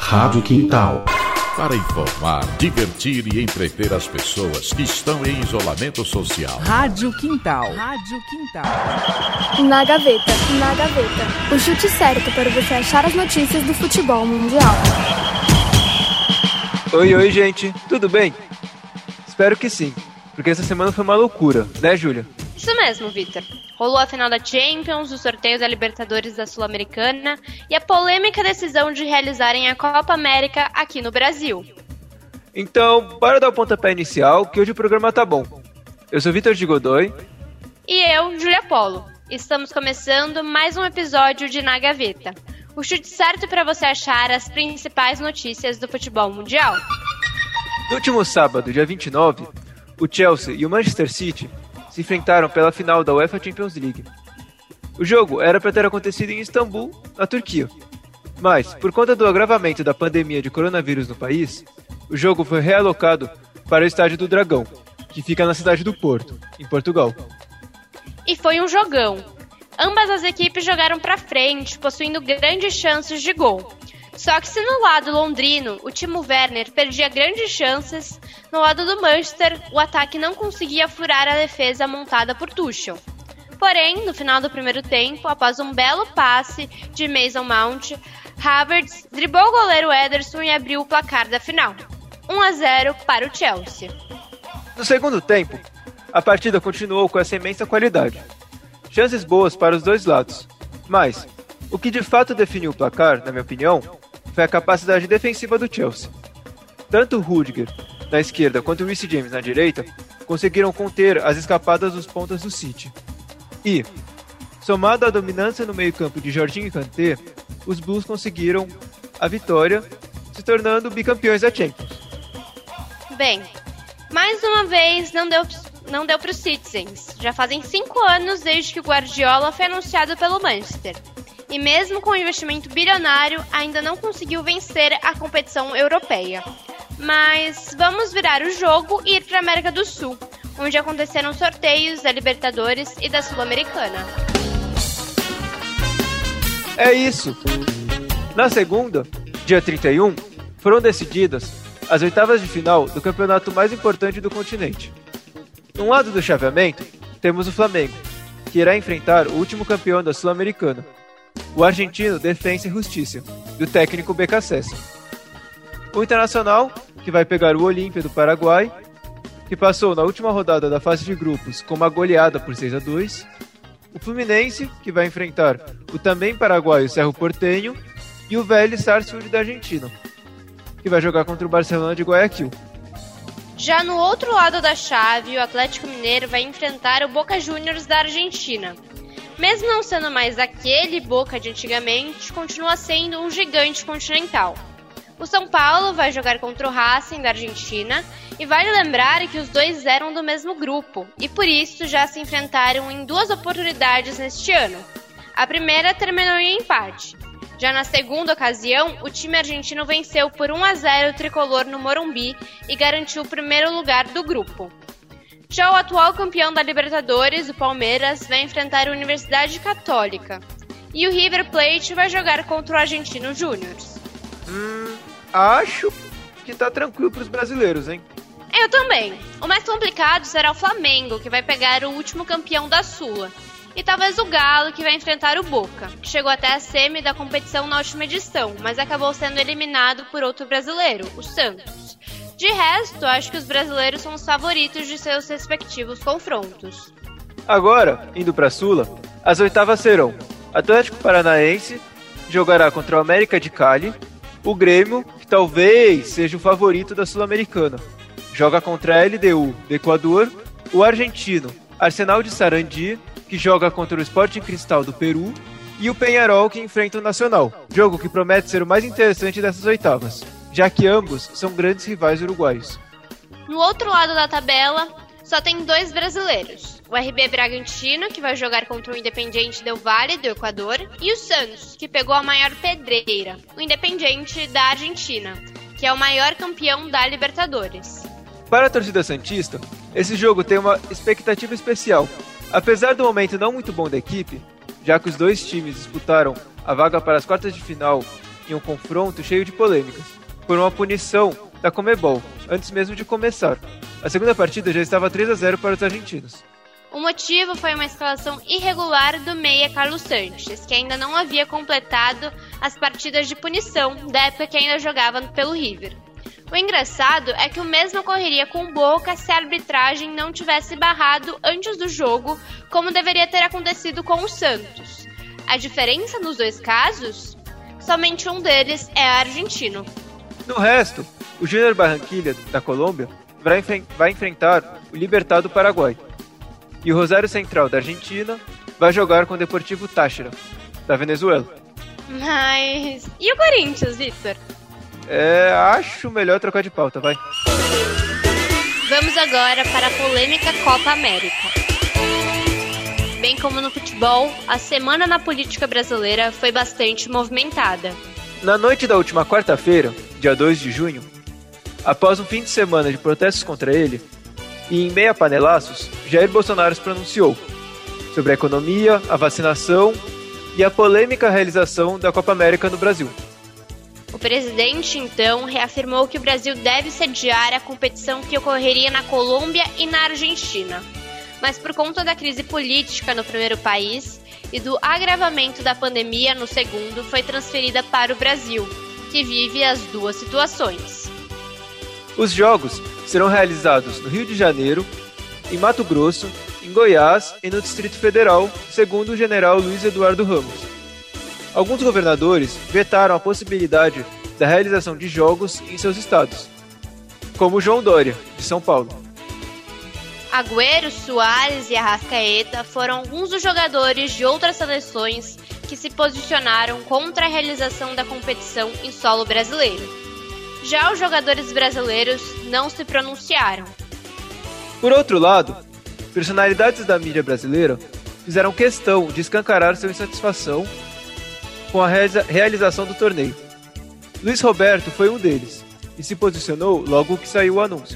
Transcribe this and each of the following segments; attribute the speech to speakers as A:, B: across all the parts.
A: Rádio Quintal.
B: Para informar, divertir e entreter as pessoas que estão em isolamento social.
C: Rádio Quintal. Rádio Quintal.
D: Na gaveta, na gaveta. O chute certo para você achar as notícias do futebol mundial.
E: Oi, gente. Tudo bem? Espero que sim, porque essa semana foi uma loucura, né, Júlia?
F: Isso mesmo, Vitor. Rolou a final da Champions, o sorteio da Libertadores da Sul-Americana e a polêmica decisão de realizarem a Copa América aqui no Brasil.
E: Então, bora dar o pontapé inicial, que hoje o programa tá bom. Eu sou Vitor de Godoy.
F: E eu, Júlia Polo. Estamos começando mais um episódio de Na Gaveta. O chute certo para você achar as principais notícias do futebol mundial.
E: No último sábado, dia 29, o Chelsea e o Manchester City se enfrentaram pela final da UEFA Champions League. O jogo era para ter acontecido em Istambul, na Turquia. Mas, por conta do agravamento da pandemia de coronavírus no país, o jogo foi realocado para o Estádio do Dragão, que fica na cidade do Porto, em Portugal.
F: E foi um jogão. Ambas as equipes jogaram para frente, possuindo grandes chances de gol. Só que se no lado londrino o Timo Werner perdia grandes chances, no lado do Manchester o ataque não conseguia furar a defesa montada por Tuchel. Porém, no final do primeiro tempo, após um belo passe de Mason Mount, Havertz driblou o goleiro Ederson e abriu o placar da final. 1-0 para o Chelsea.
E: No segundo tempo, a partida continuou com essa imensa qualidade. Chances boas para os dois lados, mas o que de fato definiu o placar, na minha opinião, foi a capacidade defensiva do Chelsea. Tanto o Rudiger na esquerda quanto o Reece James na direita conseguiram conter as escapadas dos pontas do City. E, somado à dominância no meio-campo de Jorginho e Kanté, os Blues conseguiram a vitória, se tornando bicampeões da Champions.
F: Bem, mais uma vez não deu para os Citizens. Já fazem 5 anos desde que o Guardiola foi anunciado pelo Manchester. E mesmo com um investimento bilionário, ainda não conseguiu vencer a competição europeia. Mas vamos virar o jogo e ir para a América do Sul, onde aconteceram sorteios da Libertadores e da Sul-Americana.
E: É isso! Na segunda, dia 31, foram decididas as oitavas de final do campeonato mais importante do continente. No lado do chaveamento, temos o Flamengo, que irá enfrentar o último campeão da Sul-Americana, o argentino Defensa e Justiça, do técnico BKSS. O Internacional, que vai pegar o Olímpia do Paraguai, que passou na última rodada da fase de grupos com uma goleada por 6-2. O Fluminense, que vai enfrentar o também paraguaio Cerro Porteño, e o Vélez Sarsfield da Argentina, que vai jogar contra o Barcelona de Guayaquil.
F: Já no outro lado da chave, o Atlético Mineiro vai enfrentar o Boca Juniors da Argentina. Mesmo não sendo mais aquele Boca de antigamente, continua sendo um gigante continental. O São Paulo vai jogar contra o Racing da Argentina e vale lembrar que os dois eram do mesmo grupo e por isso já se enfrentaram em 2 oportunidades neste ano. A primeira terminou em empate. Já na segunda ocasião, o time argentino venceu por 1-0 o tricolor no Morumbi e garantiu o primeiro lugar do grupo. Já o atual campeão da Libertadores, o Palmeiras, vai enfrentar a Universidade Católica. E o River Plate vai jogar contra o Argentino Júnior.
E: Acho que tá tranquilo pros brasileiros, hein?
F: Eu também. O mais complicado será o Flamengo, que vai pegar o último campeão da Sula. E talvez o Galo, que vai enfrentar o Boca, que chegou até a semi da competição na última edição, mas acabou sendo eliminado por outro brasileiro, o Santos. De resto, acho que os brasileiros são os favoritos de seus respectivos confrontos.
E: Agora, indo para a Sula, as oitavas serão: Atlético Paranaense jogará contra o América de Cali, o Grêmio, que talvez seja o favorito da Sul-Americana, joga contra a LDU do Equador, o argentino Arsenal de Sarandi, que joga contra o Sporting Cristal do Peru, e o Peñarol, que enfrenta o Nacional, jogo que promete ser o mais interessante dessas oitavas, já que ambos são grandes rivais uruguaios.
F: No outro lado da tabela, só tem 2 brasileiros. O RB Bragantino, que vai jogar contra o Independiente Del Valle, do Equador, e o Santos, que pegou a maior pedreira, o Independiente da Argentina, que é o maior campeão da Libertadores.
E: Para a torcida santista, esse jogo tem uma expectativa especial. Apesar do momento não muito bom da equipe, já que os dois times disputaram a vaga para as quartas de final em um confronto cheio de polêmicas, por uma punição da Conmebol, antes mesmo de começar. A segunda partida já estava 3-0 para os argentinos.
F: O motivo foi uma escalação irregular do meia Carlos Sanches, que ainda não havia completado as partidas de punição da época que ainda jogava pelo River. O engraçado é que o mesmo ocorreria com o Boca se a arbitragem não tivesse barrado antes do jogo, como deveria ter acontecido com o Santos. A diferença nos dois casos? Somente um deles é argentino.
E: No resto, o Júnior Barranquilla, da Colômbia, vai enfrentar o Libertad do Paraguai. E o Rosário Central, da Argentina, vai jogar com o Deportivo Táchira, da Venezuela.
F: Mas... e o Corinthians, Victor?
E: Acho melhor trocar de pauta, vai.
F: Vamos agora para a polêmica Copa América. Bem como no futebol, a semana na política brasileira foi bastante movimentada.
E: Na noite da última quarta-feira, dia 2 de junho, após um fim de semana de protestos contra ele, e em meio a panelaços, Jair Bolsonaro se pronunciou sobre a economia, a vacinação e a polêmica realização da Copa América no Brasil.
F: O presidente, então, reafirmou que o Brasil deve sediar a competição que ocorreria na Colômbia e na Argentina. Mas por conta da crise política no primeiro país e do agravamento da pandemia no segundo, foi transferida para o Brasil, que vive as duas situações.
E: Os jogos serão realizados no Rio de Janeiro, em Mato Grosso, em Goiás e no Distrito Federal, segundo o general Luiz Eduardo Ramos. Alguns governadores vetaram a possibilidade da realização de jogos em seus estados, como João Dória, de São Paulo.
F: Agüero, Suárez e Arrascaeta foram alguns dos jogadores de outras seleções que se posicionaram contra a realização da competição em solo brasileiro. Já os jogadores brasileiros não se pronunciaram.
E: Por outro lado, personalidades da mídia brasileira fizeram questão de escancarar sua insatisfação com a realização do torneio. Luiz Roberto foi um deles e se posicionou logo que saiu o anúncio.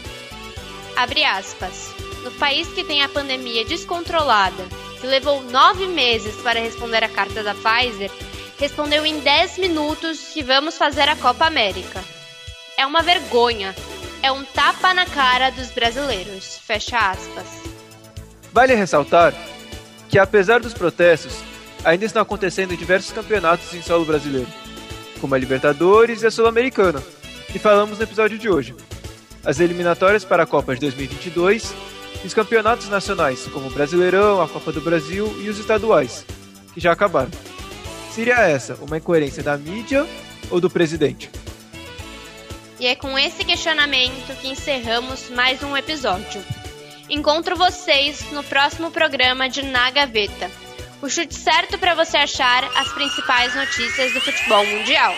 F: Abre aspas. No país que tem a pandemia descontrolada, que levou 9 meses para responder a carta da Pfizer, respondeu em 10 minutos que vamos fazer a Copa América. É uma vergonha. É um tapa na cara dos brasileiros. Fecha aspas.
E: Vale ressaltar que, apesar dos protestos, ainda estão acontecendo diversos campeonatos em solo brasileiro, como a Libertadores e a Sul-Americana, que falamos no episódio de hoje, as eliminatórias para a Copa de 2022 e os campeonatos nacionais, como o Brasileirão, a Copa do Brasil e os estaduais, que já acabaram. Seria essa uma incoerência da mídia ou do presidente?
F: E é com esse questionamento que encerramos mais um episódio. Encontro vocês no próximo programa de Na Gaveta, o chute certo para você achar as principais notícias do futebol mundial.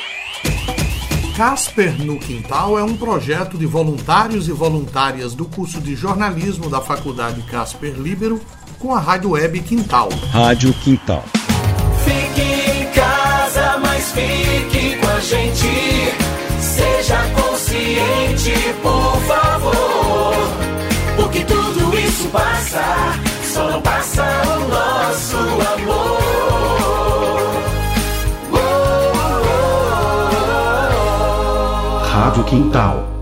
A: Casper no Quintal é um projeto de voluntários e voluntárias do curso de jornalismo da Faculdade Casper Líbero com a rádio web Quintal.
G: Rádio Quintal.
H: Fique em casa, mas fique com a gente. Seja consciente, por favor. Porque tudo isso passa, só não passa o nosso amor.
G: Rádio Quintal.